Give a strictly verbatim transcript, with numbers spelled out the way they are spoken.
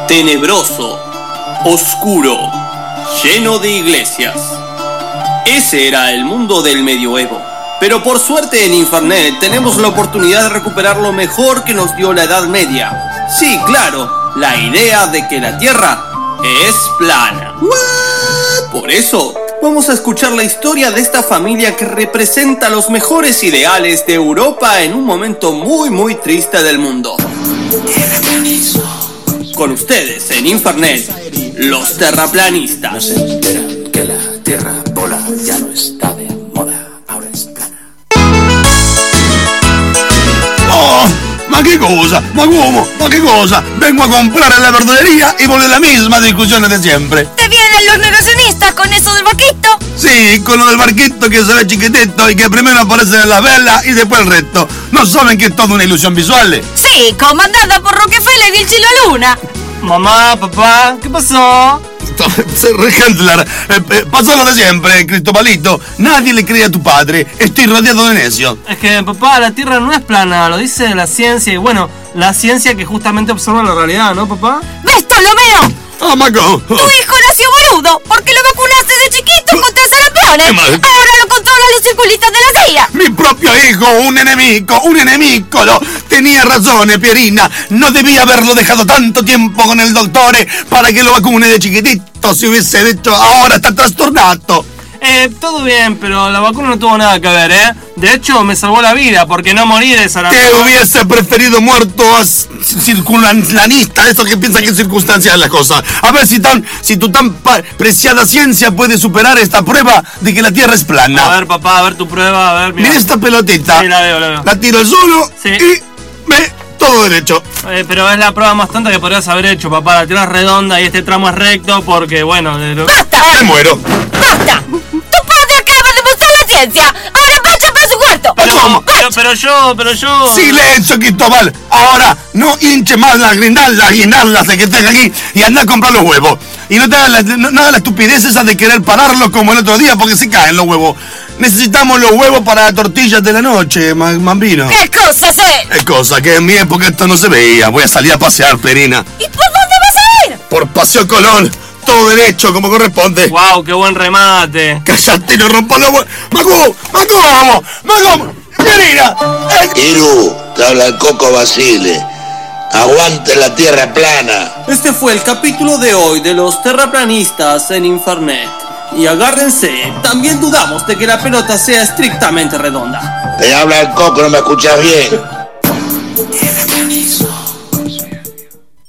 tenebroso, oscuro, lleno de iglesias. Ese era el mundo del medioevo. Pero por suerte en Infernet tenemos la oportunidad de recuperar lo mejor que nos dio la Edad Media. Sí, claro, la idea de que la Tierra es plana. ¿What? Por eso, vamos a escuchar la historia de esta familia que representa los mejores ideales de Europa en un momento muy muy triste del mundo. Con ustedes en Infernet, los terraplanistas. No se enteran que la Tierra bola ya no está de moda, ahora es plana. ¡Oh! ¿Ma qué cosa? ¿Ma cómo? ¿Ma qué cosa? Vengo a comprar en la verdulería y vuelve la misma discusión de siempre. ¿Te vienen los negacionistas con eso del barquito? Sí, con lo del barquito que se ve chiquitito y que primero aparece en la vela y después el resto. ¿No saben que es toda una ilusión visual? Sí, comandada por Rockefeller y el Chilo Luna. Mamá, papá, ¿qué pasó? Handler, eh, eh, pasó lo de siempre, Cristobalito. Nadie le cree a tu padre. Estoy rodeado de necios. Es que, papá, la Tierra no es plana, lo dice la ciencia y, bueno, la ciencia que justamente observa la realidad, ¿no, papá? ¡Ves, Ptolomeo! ¡Ah, Maco! Tu hijo nació boludo porque lo vacunaste de chiquito contra sarampión. Ahora lo controlan los circulitos de la C I A. Mi propio hijo, un enemigo, un enemigo. Lo... Tenía razón, Pierina. No debía haberlo dejado tanto tiempo con el doctor para que lo vacune de chiquitito. Si hubiese hecho, ahora está trastornado. Eh, todo bien, pero la vacuna no tuvo nada que ver, ¿eh? De hecho, me salvó la vida, porque no morí de sarampión. Te hubiese preferido muerto a circunlanista, eso que piensan que es circunstancial la cosa. A ver si tan, si tu tan preciada ciencia puede superar esta prueba de que la Tierra es plana. A ver, papá, a ver tu prueba, a ver, mira. Mira esta pelotita. Sí, la veo, la veo. La tiro al suelo sí. y ve todo derecho. Eh, pero es la prueba más tonta que podrías haber hecho, papá. La Tierra es redonda y este tramo es recto porque, bueno... De lo... ¡Basta! ¡Me muero! ¡Basta! ¡Tu padre acaba de mostrar la ciencia! ¡Ahora vaya para su cuarto! Pero, ¿Cómo? pero, pero yo, pero yo... ¡Silencio, Cristóbal! Ahora no hinche más las guirnaldas, guirnaldas de que tenga aquí y anda a comprar los huevos. Y no te hagas la, no, no hagas la estupidez esa de querer pararlos como el otro día porque se caen los huevos. Necesitamos los huevos para las tortillas de la noche, Mambino. ¿Qué cosa sé? Es cosa que en mi época esto no se veía. Voy a salir a pasear, Perina. ¿Y por dónde vas a ir? Por Paseo Colón. Todo derecho, como corresponde. ¡Wow, qué buen remate! ¡Cállate y no rompas los huevos! ¡Macu! ¡Macu, vamos! ¡Macu! ¡Perina! Iru, te habla el Coco Basile. ¡Aguante la Tierra plana! Este fue el capítulo de hoy de los terraplanistas en Infernet. Y agárrense, también dudamos de que la pelota sea estrictamente redonda. Te habla el Coco, no me escuchas bien.